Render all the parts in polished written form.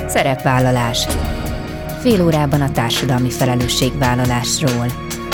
Szerepvállalás. Fél órában a társadalmi felelősségvállalásról.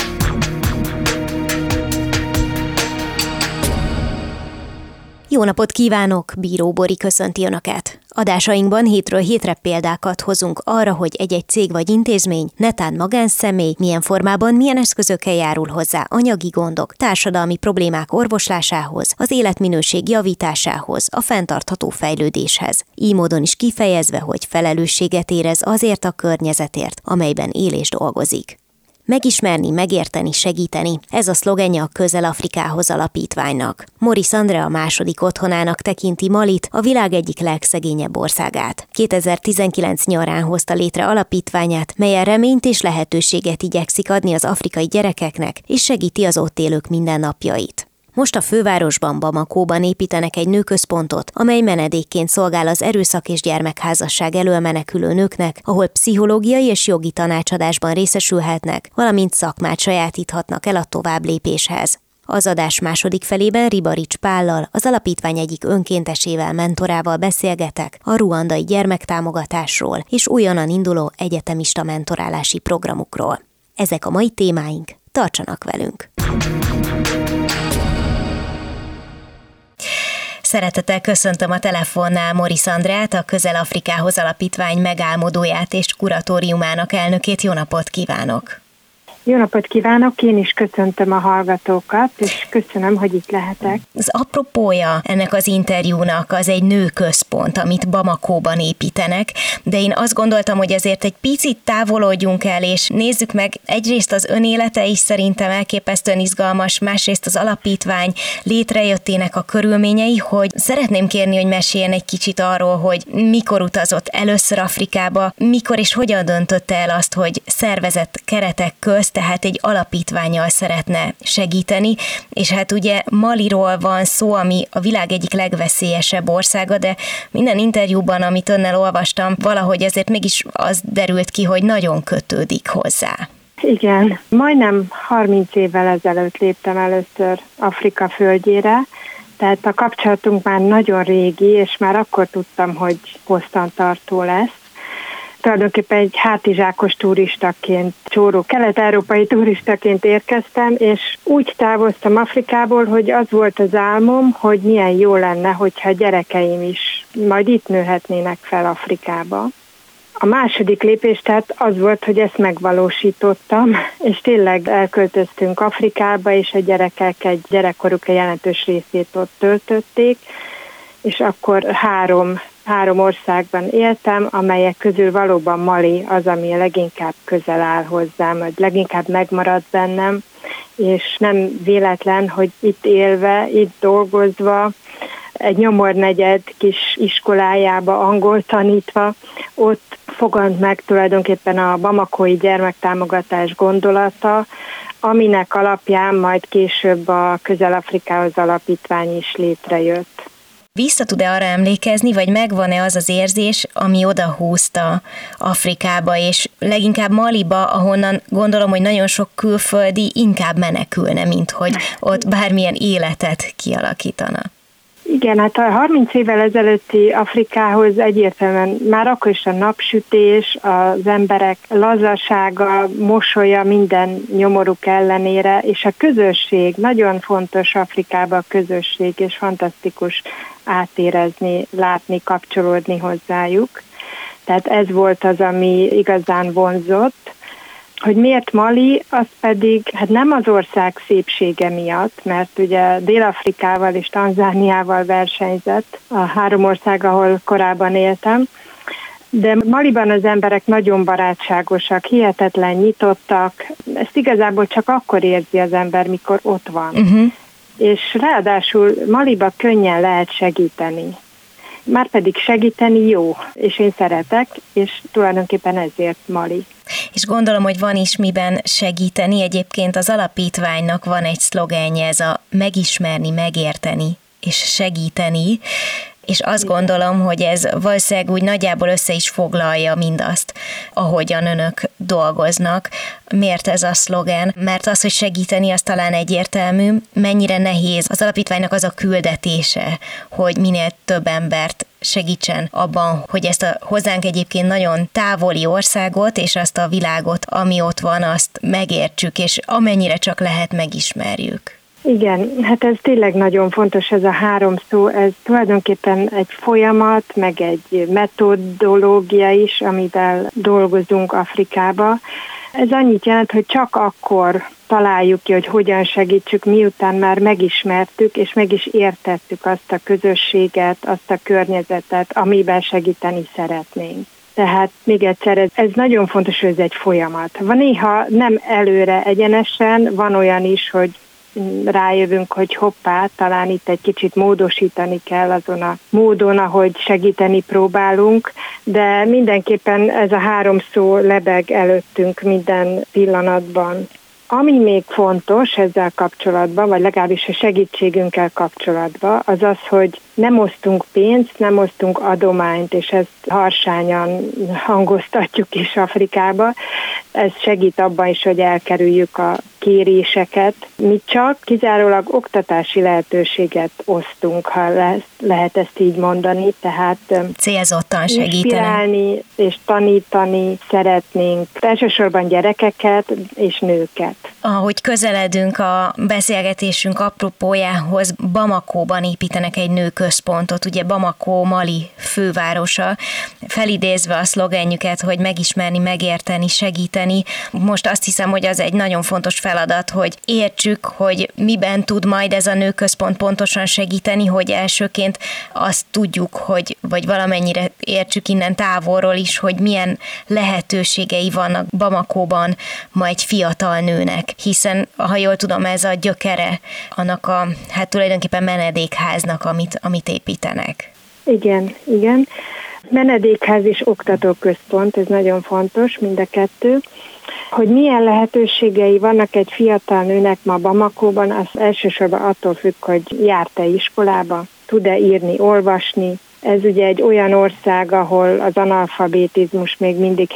Jó napot kívánok! Bíró Bori köszönti Önöket! Adásainkban hétről hétre példákat hozunk arra, hogy egy-egy cég vagy intézmény, netán magánszemély, milyen formában, milyen eszközökkel járul hozzá anyagi gondok, társadalmi problémák orvoslásához, az életminőség javításához, a fenntartható fejlődéshez. Így módon is kifejezve, hogy felelősséget érez azért a környezetért, amelyben él és dolgozik. Megismerni, megérteni, segíteni. Ez a szlogenje a Közel-Afrikához alapítványnak. Maurice Andrea második otthonának tekinti Malit, a világ egyik legszegényebb országát. 2019 nyarán hozta létre alapítványát, melyen reményt és lehetőséget igyekszik adni az afrikai gyerekeknek, és segíti az ott élők mindennapjait. Most a fővárosban, Bamakóban építenek egy nőközpontot, amely menedékként szolgál az erőszak és gyermekházasság elől menekülő nőknek, ahol pszichológiai és jogi tanácsadásban részesülhetnek, valamint szakmát sajátíthatnak el a továbblépéshez. Az adás második felében Ribarics Pállal, az alapítvány egyik önkéntesével, mentorával beszélgetek a ruandai gyermektámogatásról és újonnan induló egyetemista mentorálási programukról. Ezek a mai témáink, tartsanak velünk! Szeretettel köszöntöm a telefonnál Maurice Andreát, a Közel-Afrikához alapítvány megálmodóját és kuratóriumának elnökét. Jó napot kívánok! Jó napot kívánok, én is köszöntöm a hallgatókat, és köszönöm, hogy itt lehetek. Az apropója ennek az interjúnak az egy nőközpont, amit Bamakóban építenek, de én azt gondoltam, hogy azért egy picit távolodjunk el, és nézzük meg egyrészt az önélete is szerintem elképesztően izgalmas, másrészt az alapítvány létrejöttének a körülményei, hogy szeretném kérni, hogy meséljen egy kicsit arról, hogy mikor utazott először Afrikába, mikor és hogyan döntötte el azt, hogy szervezett keretek közt, tehát egy alapítvánnyal szeretne segíteni, és hát ugye Maliról van szó, ami a világ egyik legveszélyesebb országa, de minden interjúban, amit önnel olvastam, valahogy azért mégis az derült ki, hogy nagyon kötődik hozzá. Igen, majdnem 30 évvel ezelőtt léptem először Afrika földjére, tehát a kapcsolatunk már nagyon régi, és már akkor tudtam, hogy hosszantartó lesz. Tulajdonképpen egy hátizsákos turistaként, csóró kelet-európai turistaként érkeztem, és úgy távoztam Afrikából, hogy az volt az álmom, hogy milyen jó lenne, hogyha gyerekeim is majd itt nőhetnének fel Afrikába. A második lépés tehát az volt, hogy ezt megvalósítottam, és tényleg elköltöztünk Afrikába, és a gyerekek egy gyerekkoruk jelentős részét ott töltötték, és akkor három országban éltem, amelyek közül valóban Mali az, ami leginkább közel áll hozzám, vagy leginkább megmaradt bennem, és nem véletlen, hogy itt élve, itt dolgozva, egy nyomornegyed kis iskolájába angol tanítva, ott fogant meg tulajdonképpen a bamakói gyermektámogatás gondolata, aminek alapján majd később a Közel-Afrikához alapítvány is létrejött. Vissza tud-e arra emlékezni, vagy megvan-e az az érzés, ami odahúzta Afrikába, és leginkább Maliba, ahonnan gondolom, hogy nagyon sok külföldi inkább menekülne, mint hogy ott bármilyen életet kialakítana? Igen, hát a 30 évvel ezelőtti Afrikához egyértelműen már akkor is a napsütés, az emberek lazasága, mosolya minden nyomoruk ellenére, és a közösség, nagyon fontos Afrikában a közösség, és fantasztikus átérezni, látni, kapcsolódni hozzájuk. Tehát ez volt az, ami igazán vonzott. Hogy miért Mali, az pedig hát nem az ország szépsége miatt, mert ugye Dél-Afrikával és Tanzániával versenyzett, a három ország, ahol korábban éltem, de Maliban az emberek nagyon barátságosak, hihetetlen nyitottak, ezt igazából csak akkor érzi az ember, mikor ott van. És ráadásul Maliba könnyen lehet segíteni. Márpedig segíteni jó, és én szeretek, és tulajdonképpen ezért Mali. És gondolom, hogy van is miben segíteni. Egyébként az alapítványnak van egy szlogenje, ez a megismerni, megérteni és segíteni. És azt gondolom, hogy ez valószínűleg úgy nagyjából össze is foglalja mindazt, ahogyan önök dolgoznak. Miért ez a szlogen? Mert az, hogy segíteni, az talán egyértelmű. Mennyire nehéz az alapítványnak az a küldetése, hogy minél több embert segítsen abban, hogy ezt a hozzánk egyébként nagyon távoli országot és azt a világot, ami ott van, azt megértsük, és amennyire csak lehet megismerjük. Igen, hát ez tényleg nagyon fontos, ez a 3 szó, ez tulajdonképpen egy folyamat, meg egy metodológia is, amivel dolgozunk Afrikába. Ez annyit jelent, hogy csak akkor találjuk ki, hogy hogyan segítsük, miután már megismertük, és meg is értettük azt a közösséget, azt a környezetet, amiben segíteni szeretnénk. Tehát még egyszer, ez nagyon fontos, hogy ez egy folyamat. Van néha nem előre egyenesen, van olyan is, hogy rájövünk, hogy hoppá, talán itt egy kicsit módosítani kell azon a módon, ahogy segíteni próbálunk, de mindenképpen ez a 3 szó lebeg előttünk minden pillanatban. Ami még fontos ezzel kapcsolatban, vagy legalábbis a segítségünkkel kapcsolatban, az az, hogy nem osztunk pénzt, nem osztunk adományt, és ezt harsányan hangoztatjuk is Afrikába. Ez segít abban is, hogy elkerüljük a kéréseket. Mi csak kizárólag oktatási lehetőséget osztunk, ha lehet ezt így mondani, tehát célzottan segíteni. Inspirálni és tanítani szeretnénk elsősorban gyerekeket és nőket. Ahogy közeledünk a beszélgetésünk apropójához, Bamakóban építenek egy nőközpontot, ugye Bamako Mali fővárosa, felidézve a szlogenjüket, hogy megismerni, megérteni, segíteni. Most azt hiszem, hogy az egy nagyon fontos feladat, hogy értsük, hogy miben tud majd ez a nőközpont pontosan segíteni, hogy elsőként azt tudjuk, hogy, vagy valamennyire értsük innen távolról is, hogy milyen lehetőségei vannak Bamakóban ma egy fiatal nőnek, hiszen, ha jól tudom, ez a gyökere annak a, hát tulajdonképpen menedékháznak, amit építenek. Igen. Menedékház és oktatóközpont, ez nagyon fontos, mind a kettő. Hogy milyen lehetőségei vannak egy fiatal nőnek ma Bamakóban, az elsősorban attól függ, hogy járt-e iskolába, tud-e írni, olvasni. Ez ugye egy olyan ország, ahol az analfabetizmus még mindig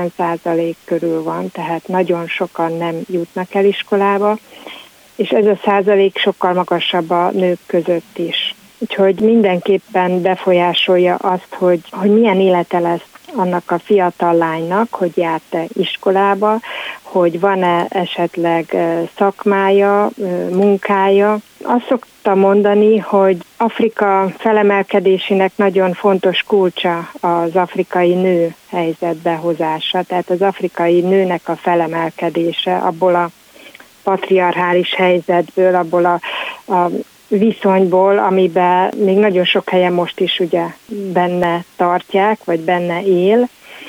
70% körül van, tehát nagyon sokan nem jutnak el iskolába, és ez a százalék sokkal magasabb a nők között is. Úgyhogy mindenképpen befolyásolja azt, hogy milyen élete lesz annak a fiatal lánynak, hogy járt-e iskolába, hogy van-e esetleg szakmája, munkája. Azt szoktam mondani, hogy Afrika felemelkedésének nagyon fontos kulcsa az afrikai nő helyzetbe hozása, tehát az afrikai nőnek a felemelkedése abból a patriarchális helyzetből, abból a viszonyból, amiben még nagyon sok helyen most is ugye benne tartják, vagy benne él.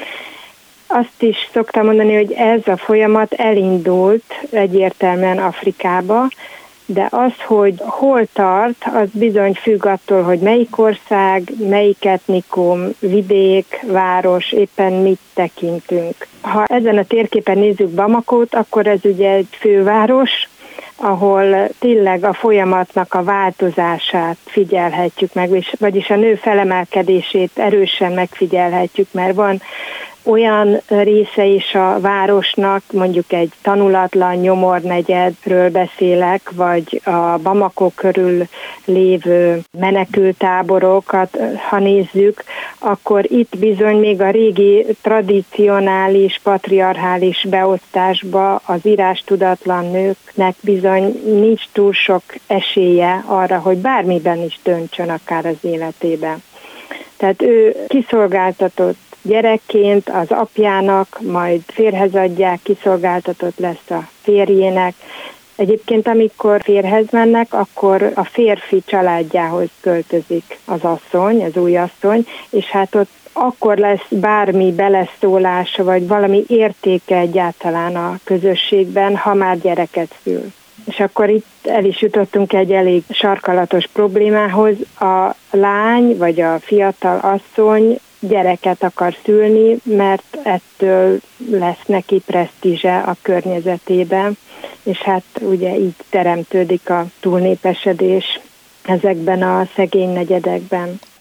Azt is szoktam mondani, hogy ez a folyamat elindult egyértelműen Afrikába, de az, hogy hol tart, az bizony függ attól, hogy melyik ország, melyik etnikum, vidék, város, éppen mit tekintünk. Ha ezen a térképen nézzük Bamakót, akkor ez ugye egy főváros, ahol tényleg a folyamatnak a változását figyelhetjük meg, vagyis a nő felemelkedését erősen megfigyelhetjük, mert van olyan része is a városnak, mondjuk egy tanulatlan nyomornegyedről beszélek, vagy a Bamako körül lévő menekültáborokat, ha nézzük, akkor itt bizony még a régi tradicionális, patriarchális beosztásba az írástudatlan nőknek bizony nincs túl sok esélye arra, hogy bármiben is döntsön akár az életében. Tehát ő kiszolgáltatott gyerekként az apjának, majd férjhez adják, kiszolgáltatott lesz a férjének. Egyébként, amikor férjhez mennek, akkor a férfi családjához költözik az asszony, az új asszony, és hát ott akkor lesz bármi beleszólása, vagy valami értéke egyáltalán a közösségben, ha már gyereket szül. És akkor itt el is jutottunk egy elég sarkalatos problémához. A lány, vagy a fiatal asszony gyereket akar szülni, mert ettől lesz neki presztízse a környezetében, és hát ugye így teremtődik a túlnépesedés ezekben a szegény negyedekben.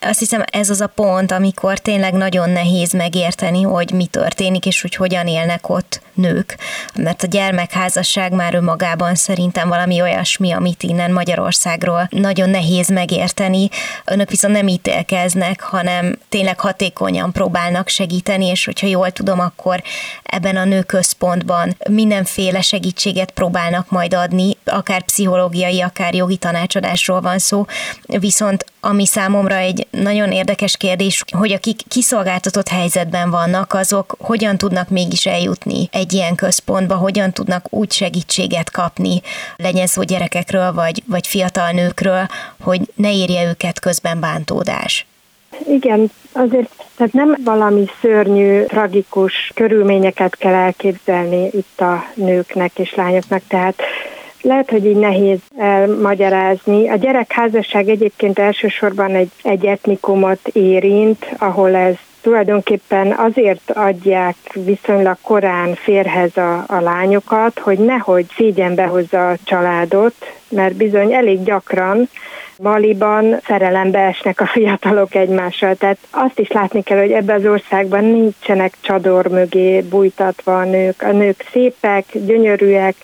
azt hiszem ez az a pont, amikor tényleg nagyon nehéz megérteni, hogy mi történik, és hogy hogyan élnek ott nők. Mert a gyermekházasság már önmagában szerintem valami olyasmi, amit innen Magyarországról nagyon nehéz megérteni. Önök viszont nem ítélkeznek, hanem tényleg hatékonyan próbálnak segíteni, és hogyha jól tudom, akkor ebben a nőközpontban mindenféle segítséget próbálnak majd adni, akár pszichológiai, akár jogi tanácsadásról van szó, viszont ami számomra egy nagyon érdekes kérdés, hogy akik kiszolgáltatott helyzetben vannak, azok hogyan tudnak mégis eljutni egy ilyen központba, hogyan tudnak úgy segítséget kapni, legyen szó gyerekekről vagy fiatal nőkről, hogy ne érje őket közben bántódás. Igen, azért tehát nem valami szörnyű, tragikus körülményeket kell elképzelni itt a nőknek és lányoknak, tehát lehet, hogy így nehéz elmagyarázni. A gyerekházasság egyébként elsősorban egy etnikumot érint, ahol ez tulajdonképpen azért adják viszonylag korán férhez a lányokat, hogy nehogy szégyenbe hozza a családot, mert bizony elég gyakran Maliban szerelembe esnek a fiatalok egymással. Tehát azt is látni kell, hogy ebben az országban nincsenek csador mögé bújtatva a nők. A nők szépek, gyönyörűek,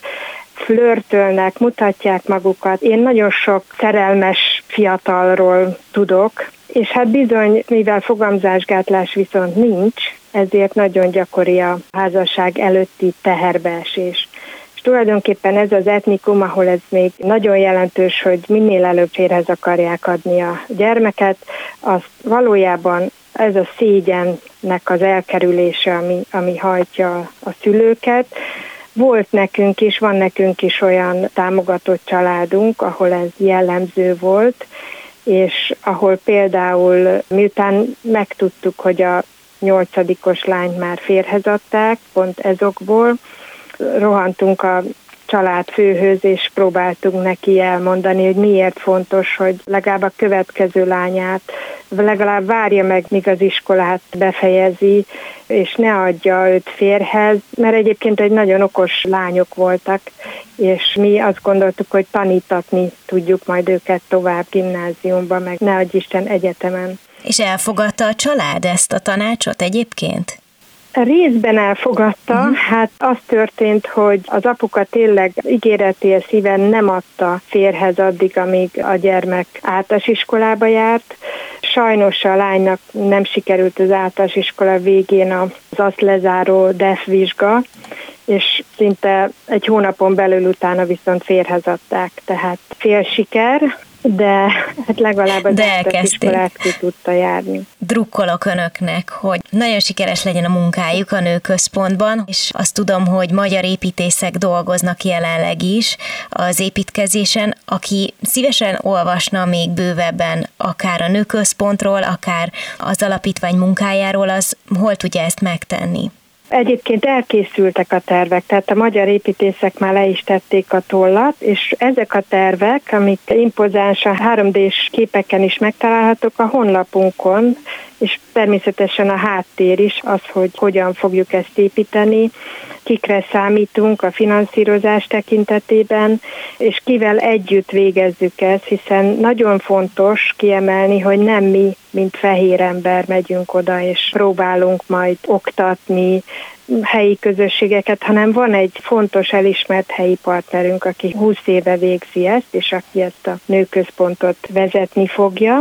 flörtölnek, mutatják magukat. Én nagyon sok szerelmes fiatalról tudok, és hát bizony, mivel fogamzásgátlás viszont nincs, ezért nagyon gyakori a házasság előtti teherbeesés. És tulajdonképpen ez az etnikum, ahol ez még nagyon jelentős, hogy minél előbb férhez akarják adni a gyermeket, az valójában ez a szégyennek az elkerülése, ami hajtja a szülőket. Van nekünk is olyan támogatott családunk, ahol ez jellemző volt, és ahol például miután megtudtuk, hogy a 8. lányt már férhez adták, pont ezokból, rohantunk a családfőhöz, és próbáltunk neki elmondani, hogy miért fontos, hogy legalább a következő lányát legalább várja meg, míg az iskolát befejezi, és ne adja őt férhez, mert egyébként egy nagyon okos lányok voltak, és mi azt gondoltuk, hogy tanítatni tudjuk majd őket tovább gimnáziumban, meg ne adj Isten egyetemen. És elfogadta a család ezt a tanácsot egyébként? Részben elfogadta, hát az történt, hogy az apuka tényleg ígéretél szíven nem adta férhez addig, amíg a gyermek általános iskolába járt. Sajnos a lánynak nem sikerült az általános iskola végén az azt lezáró DEF vizsga, és szinte egy hónapon belül utána viszont férhez adták, tehát fél siker, de hát legalább az iskolát ki tudta járni. Drukkolok önöknek, hogy nagyon sikeres legyen a munkájuk a nőközpontban, és azt tudom, hogy magyar építészek dolgoznak jelenleg is az építkezésen, aki szívesen olvasna még bővebben akár a nőközpontról, akár az alapítvány munkájáról, az hol tudja ezt megtenni? Egyébként elkészültek a tervek, tehát a magyar építészek már le is tették a tollat, és ezek a tervek, amik impozánsan 3D-s képeken is megtalálhatók a honlapunkon, és természetesen a háttér is az, hogy hogyan fogjuk ezt építeni, kikre számítunk a finanszírozás tekintetében, és kivel együtt végezzük ezt, hiszen nagyon fontos kiemelni, hogy nem mi, mint fehér ember megyünk oda, és próbálunk majd oktatni helyi közösségeket, hanem van egy fontos elismert helyi partnerünk, aki 20 éve végzi ezt, és aki ezt a nőközpontot vezetni fogja.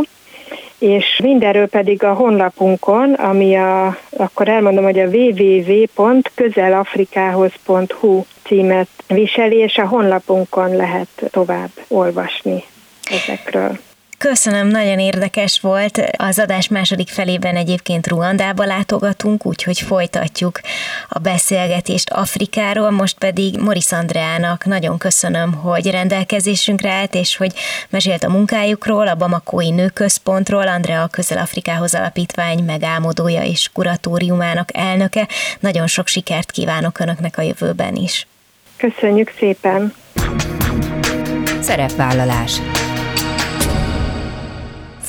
És mindenről pedig a honlapunkon, ami akkor elmondom, hogy a www.közelafrikához.hu címet viseli, és a honlapunkon lehet tovább olvasni ezekről. Köszönöm, nagyon érdekes volt. Az adás második felében egyébként Ruandába látogatunk, úgyhogy folytatjuk a beszélgetést Afrikáról. Most pedig Morisz Andreának nagyon köszönöm, hogy rendelkezésünkre állt, és hogy mesélt a munkájukról, a Bamakói Nőközpontról. Andrea a Közel-Afrikához Alapítvány megálmodója és kuratóriumának elnöke. Nagyon sok sikert kívánok önöknek a jövőben is. Köszönjük szépen! Szerepvállalás.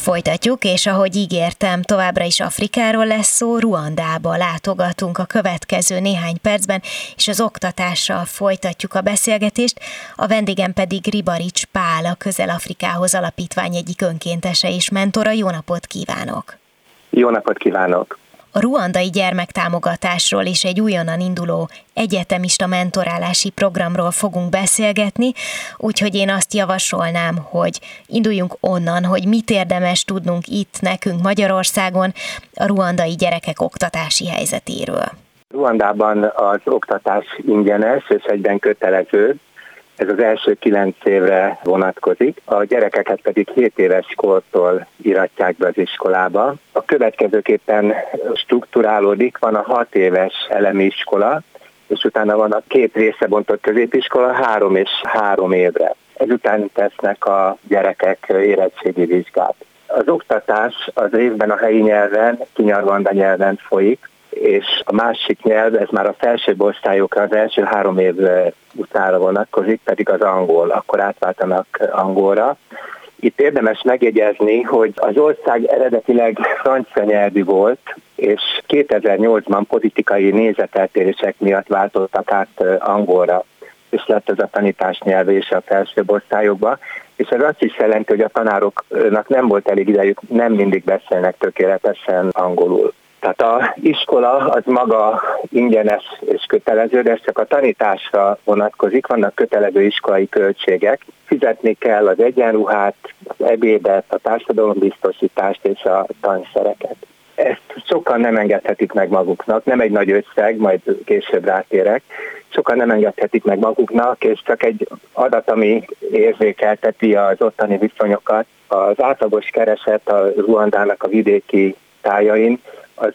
Folytatjuk, és ahogy ígértem, továbbra is Afrikáról lesz szó, Ruandába látogatunk a következő néhány percben, és az oktatással folytatjuk a beszélgetést, a vendégem pedig Ribarics Pál, a Közel-Afrikához Alapítvány egyik önkéntese és mentora. Jó napot kívánok! Jó napot kívánok! A ruandai gyermektámogatásról és egy újonnan induló egyetemista mentorálási programról fogunk beszélgetni, úgyhogy én azt javasolnám, hogy induljunk onnan, hogy mit érdemes tudnunk itt nekünk Magyarországon a ruandai gyerekek oktatási helyzetéről. Ruandában az oktatás ingyenes és egyben kötelező. Ez az első 9 évre vonatkozik, a gyerekeket pedig 7 éves kortól iratják be az iskolába. A következőképpen strukturálódik, van a 6 éves elemi iskola, és utána van a 2 része bontott középiskola 3 és 3 évre. Ezután tesznek a gyerekek érettségi vizsgát. Az oktatás az részben a helyi nyelven, kinyarvanda nyelven folyik, és a másik nyelv, ez már a felsőbb osztályokra, az első 3 év utára vonatkozik, pedig az angol, akkor átváltanak angolra. Itt érdemes megjegyezni, hogy az ország eredetileg francia nyelvű volt, és 2008-ban politikai nézeteltérések miatt váltottak át angolra, és lett ez a tanítás nyelve is a felsőbb osztályokba, és ez azt is jelenti, hogy a tanároknak nem volt elég idejük, nem mindig beszélnek tökéletesen angolul. Tehát az iskola az maga ingyenes és kötelező, de ez csak a tanításra vonatkozik, vannak kötelező iskolai költségek. Fizetni kell az egyenruhát, az ebédet, a társadalombiztosítást és a tanszereket. Ezt sokan nem engedhetik meg maguknak, nem egy nagy összeg, majd később rátérek, sokan nem engedhetik meg maguknak, és csak egy adat, ami érzékelteti az ottani viszonyokat. Az átlagos kereset a Ruandának a vidéki tájain az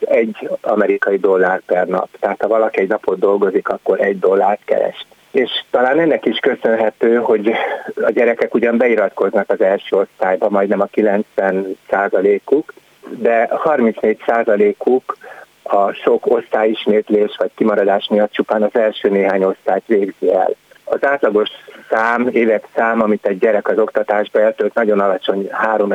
$1 per nap. Tehát ha valaki egy napot dolgozik, akkor $1 keres. És talán ennek is köszönhető, hogy a gyerekek ugyan beiratkoznak az első osztályba, majdnem a 90%-uk, de 34%-uk a sok osztályismétlés vagy kimaradás miatt csupán az első néhány osztályt végzi el. Az átlagos szám, évek szám, amit egy gyerek az oktatásba eltölt, nagyon alacsony,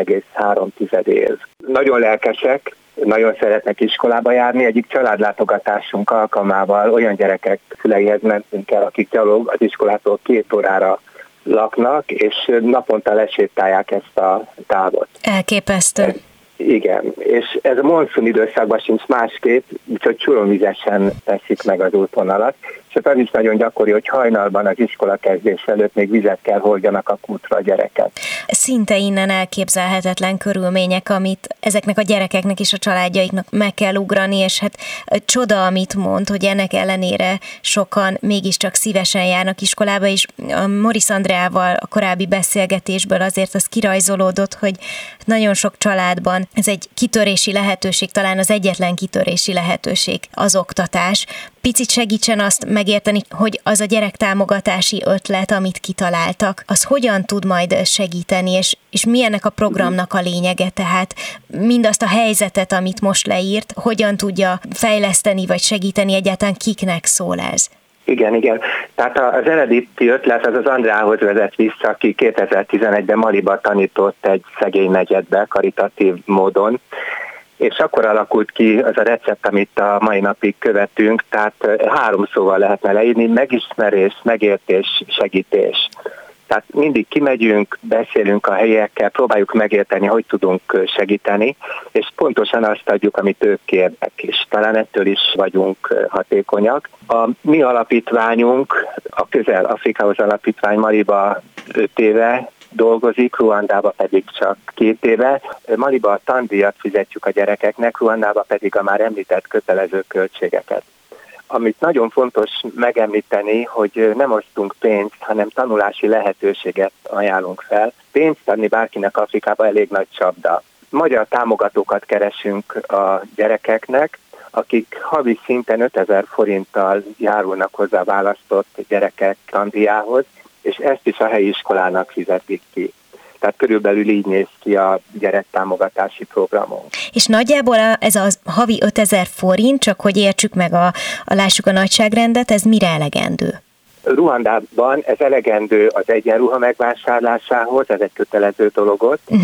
3,3 év. Nagyon lelkesek, nagyon szeretnek iskolába járni. Egyik családlátogatásunk alkalmával olyan gyerekek szüleihez mentünk el, akik gyalog az iskolától 2 órára laknak, és naponta lesétálják ezt a távot. Elképesztő. Igen, és ez a monszun időszakban sincs másképp, úgyhogy csuromvizesen teszik meg az útvonalat, és az is nagyon gyakori, hogy hajnalban az iskola kezdés előtt még vizet kell hordjanak a kútra a gyereket. Szinte innen elképzelhetetlen körülmények, amit ezeknek a gyerekeknek és a családjaiknak meg kell ugrani, és hát csoda, amit mond, hogy ennek ellenére sokan mégiscsak szívesen járnak iskolába, és a Morisz Andreával a korábbi beszélgetésből azért az kirajzolódott, hogy nagyon sok családban ez egy kitörési lehetőség, talán az egyetlen kitörési lehetőség az oktatás. Picit segítsen azt megérteni, hogy az a gyerektámogatási ötlet, amit kitaláltak, az hogyan tud majd segíteni, és mi ennek a programnak a lényege, tehát mindazt a helyzetet, amit most leírt, hogyan tudja fejleszteni vagy segíteni, egyáltalán kiknek szól ez? Igen. Tehát az eredeti ötlet az Andrához vezet vissza, aki 2011-ben Maliba tanított egy szegény negyedbe, karitatív módon, és akkor alakult ki az a recept, amit a mai napig követünk, tehát 3 szóval lehetne leírni: megismerés, megértés, segítés. Tehát mindig kimegyünk, beszélünk a helyiekkel, próbáljuk megérteni, hogy tudunk segíteni, és pontosan azt adjuk, amit ők kérnek, és talán ettől is vagyunk hatékonyak. A mi alapítványunk, a Közel-Afrikához Alapítvány Maliba 5 éve dolgozik, Ruandába pedig csak 2 éve. Maliba a tandíjat fizetjük a gyerekeknek, Ruandába pedig a már említett kötelező költségeket. Amit nagyon fontos megemlíteni, hogy nem osztunk pénzt, hanem tanulási lehetőséget ajánlunk fel. Pénzt adni bárkinek Afrikába elég nagy csapda. Magyar támogatókat keresünk a gyerekeknek, akik havi szinten 5000 forinttal járulnak hozzá választott gyerekek tandíjához, és ezt is a helyi iskolának fizetik ki. Tehát körülbelül így néz ki a gyerektámogatási programunk. És nagyjából ez a havi 5000 forint, csak hogy értsük meg, lássuk a nagyságrendet, ez mire elegendő? Ruandában ez elegendő az egyenruha megvásárlásához, ez egy kötelező dolog ott.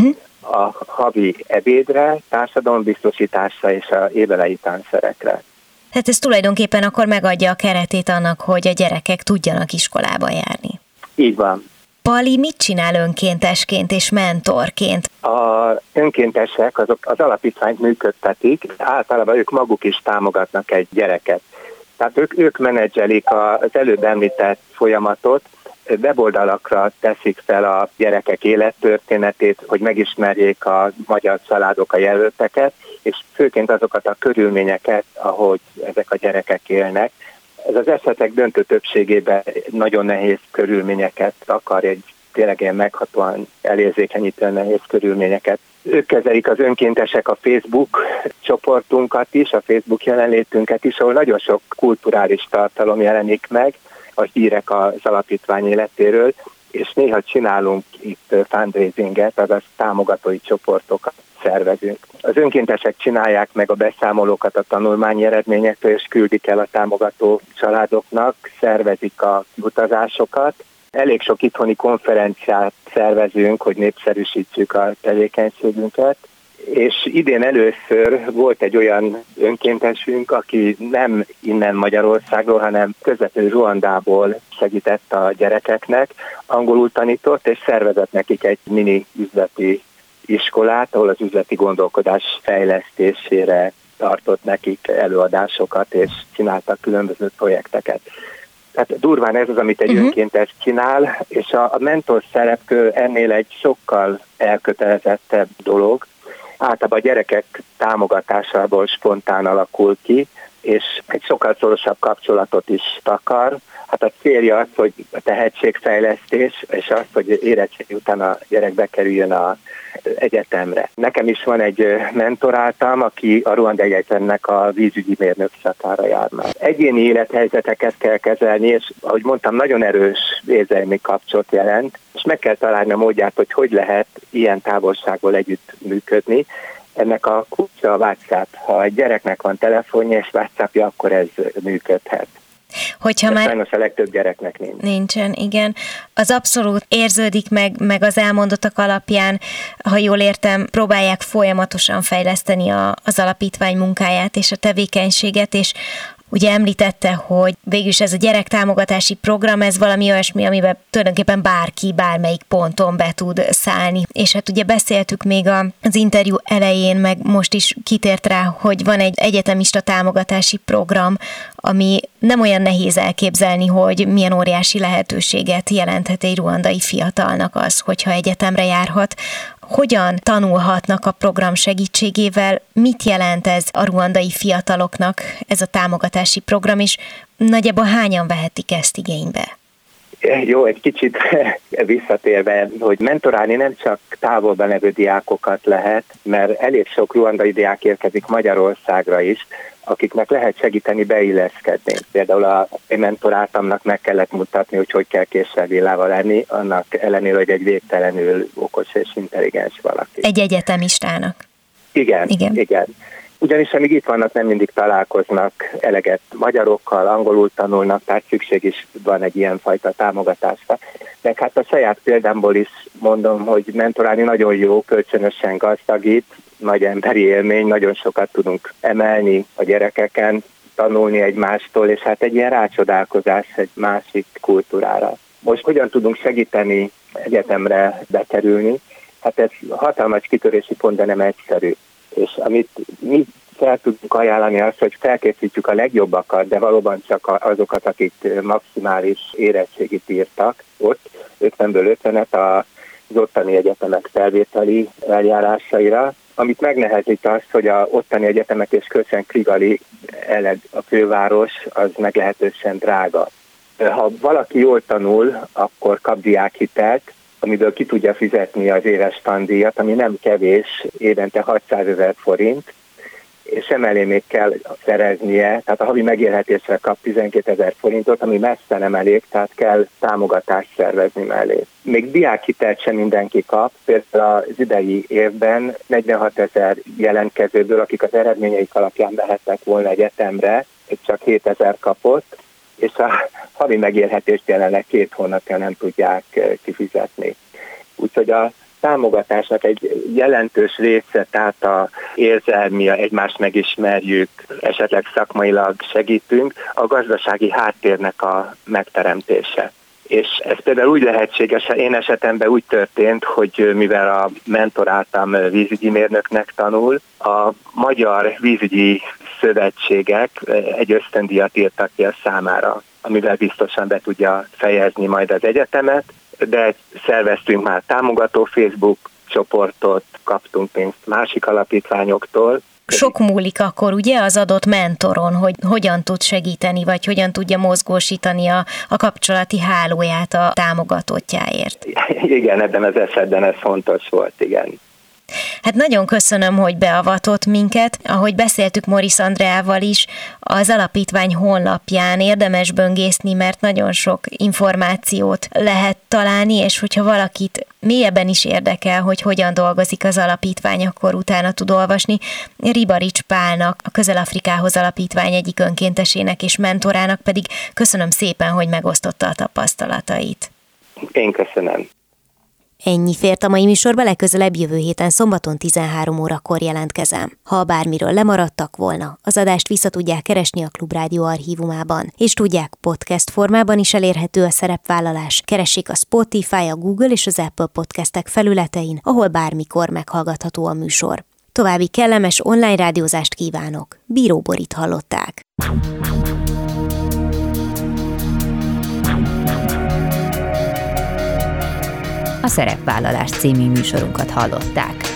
a havi ebédre, társadalombiztosításra és a évelei táncszerekre. Tehát ez tulajdonképpen akkor megadja a keretét annak, hogy a gyerekek tudjanak iskolába járni. Így van. Pali mit csinál önkéntesként és mentorként? Az önkéntesek azok az alapítványt működtetik, általában ők maguk is támogatnak egy gyereket. Tehát ők menedzselik az előbb említett folyamatot, weboldalakra teszik fel a gyerekek élettörténetét, hogy megismerjék a magyar családok a jelölteket, és főként azokat a körülményeket, ahogy ezek a gyerekek élnek. Ez az esetek döntő többségében nagyon nehéz körülményeket akar, tényleg ilyen meghatóan elérzékenyítően nehéz körülményeket. Ők kezelik az önkéntesek a Facebook csoportunkat is, a Facebook jelenlétünket is, ahol nagyon sok kulturális tartalom jelenik meg, a hírek az alapítvány életéről, és néha csinálunk itt fundraisinget, azaz támogatói csoportokat szervezünk. Az önkéntesek csinálják meg a beszámolókat a tanulmányi eredményekről, és küldik el a támogató családoknak, szervezik a utazásokat. Elég sok itthoni konferenciát szervezünk, hogy népszerűsítsük a tevékenységünket, és idén először volt egy olyan önkéntesünk, aki nem innen Magyarországról, hanem közvetlenül Ruandából segített a gyerekeknek, angolul tanított, és szervezett nekik egy mini üzleti iskolát, ahol az üzleti gondolkodás fejlesztésére tartott nekik előadásokat, és csináltak különböző projekteket. Tehát durván ez az, amit egy önkéntes csinál, és a mentor szerepkör ennél egy sokkal elkötelezettebb dolog. Általában a gyerekek támogatásából spontán alakul ki, és egy sokkal szorosabb kapcsolatot is takar. Hát a célja az, hogy a tehetségfejlesztés, és az, hogy érettségi után a gyerek bekerüljön az egyetemre. Nekem is van egy mentoráltam, aki a Ruandai Egyetemnek a vízügyi mérnök szakára jár már. Egyéni élethelyzeteket kell kezelni, és ahogy mondtam, nagyon erős érzelmi kapcsolat jelent, és meg kell találni a módját, hogy lehet ilyen távolságból együtt működni. Ennek a kulcsa a WhatsApp. Ha egy gyereknek van telefonja és WhatsAppja, akkor ez működhet. Hogyha már sajnos a legtöbb gyereknek nincs. Nincsen, igen. Az abszolút érződik meg az elmondottak alapján, ha jól értem, próbálják folyamatosan fejleszteni az alapítvány munkáját és a tevékenységet, és ugye említette, hogy végülis ez a gyerektámogatási program, ez valami olyasmi, amiben tulajdonképpen bárki bármelyik ponton be tud szállni. És hát ugye beszéltük még az interjú elején, meg most is kitért rá, hogy van egy egyetemista támogatási program, ami nem olyan nehéz elképzelni, hogy milyen óriási lehetőséget jelenthet egy ruandai fiatalnak az, hogyha egyetemre járhat. Hogyan tanulhatnak a program segítségével? Mit jelent ez a ruandai fiataloknak, ez a támogatási program, és nagyjából hányan vehetik ezt igénybe? Jó, egy kicsit visszatérve, hogy mentorálni nem csak távolban levő diákokat lehet, mert elég sok ruandai diák érkezik Magyarországra is, akiknek lehet segíteni beilleszkedni. Például a mentoráltamnak meg kellett mutatni, hogy kell késsel villával lenni, annak ellenére, hogy egy végtelenül okos és intelligens valaki. Egy egyetemistának. Igen. Ugyanis amíg itt vannak, nem mindig találkoznak eleget magyarokkal, angolul tanulnak, tehát szükség is van egy ilyenfajta támogatásra. De hát a saját példámból is mondom, hogy mentorálni nagyon jó, kölcsönösen gazdagít, nagy emberi élmény, nagyon sokat tudunk emelni a gyerekeken, tanulni egymástól, és hát egy ilyen rácsodálkozás egy másik kultúrára. Most hogyan tudunk segíteni egyetemre bekerülni? Hát ez hatalmas kitörési pont, de nem egyszerű. És amit mi fel tudunk ajánlani azt, hogy felkészítjük a legjobbakat, de valóban csak azokat, akik maximális érettségit írtak ott, 50-ből 50-et az ottani egyetemek felvételi eljárásaira, amit megnehezít azt, hogy a ottani egyetemek és különösen Kigali, a főváros, az meglehetősen drága. Ha valaki jól tanul, akkor kap diákhitelt, amiből ki tudja fizetni az éves tandíjat, ami nem kevés, évente 600 000 forint, és emellé még kell szereznie, tehát a havi megélhetésre kap 12 000 forintot, ami messze nem elég, tehát kell támogatást szervezni mellé. Még diákhitelt sem mindenki kap, például az idei évben 46 000 jelentkezőből, akik az eredményeik alapján mehettek volna egyetemre, csak 7 000 kapott, és a havi megélhetést jelenleg 2 hónapja nem tudják kifizetni. Úgyhogy a támogatásnak egy jelentős része, tehát a érzelmi, egymást megismerjük, esetleg szakmailag segítünk, a gazdasági háttérnek a megteremtése. És ez például úgy lehetséges, én esetemben úgy történt, hogy mivel a mentoráltam vízügyi mérnöknek tanul, a Magyar Vízügyi Szövetségek egy ösztöndíjat írtak ki a számára, amivel biztosan be tudja fejezni majd az egyetemet, de szerveztünk már támogató Facebook csoportot, kaptunk pénzt másik alapítványoktól. Sok múlik akkor ugye az adott mentoron, hogy hogyan tud segíteni, vagy hogyan tudja mozgósítani a kapcsolati hálóját a támogatottjáért. Igen, ebben az esetben ez fontos volt, igen. Hát nagyon köszönöm, hogy beavatott minket. Ahogy beszéltük Morisz Andreával is, az alapítvány honlapján érdemes böngészni, mert nagyon sok információt lehet találni, és hogyha valakit mélyebben is érdekel, hogy hogyan dolgozik az alapítvány, akkor utána tud olvasni. Ribarics Pálnak, a Közel-Afrikához Alapítvány egyik önkéntesének és mentorának pedig köszönöm szépen, hogy megosztotta a tapasztalatait. Én köszönöm. Ennyi fért a mai műsorba, legközelebb jövő héten szombaton 13 órakor jelentkezem. Ha bármiről lemaradtak volna, az adást vissza tudják keresni a Klubrádió archívumában, és tudják, podcast formában is elérhető a szerepvállalás. Keressék a Spotify, a Google és az Apple podcastek felületein, ahol bármikor meghallgatható a műsor. További kellemes online rádiózást kívánok. Bíró Borit hallották. A Szerepvállalás című műsorunkat hallották.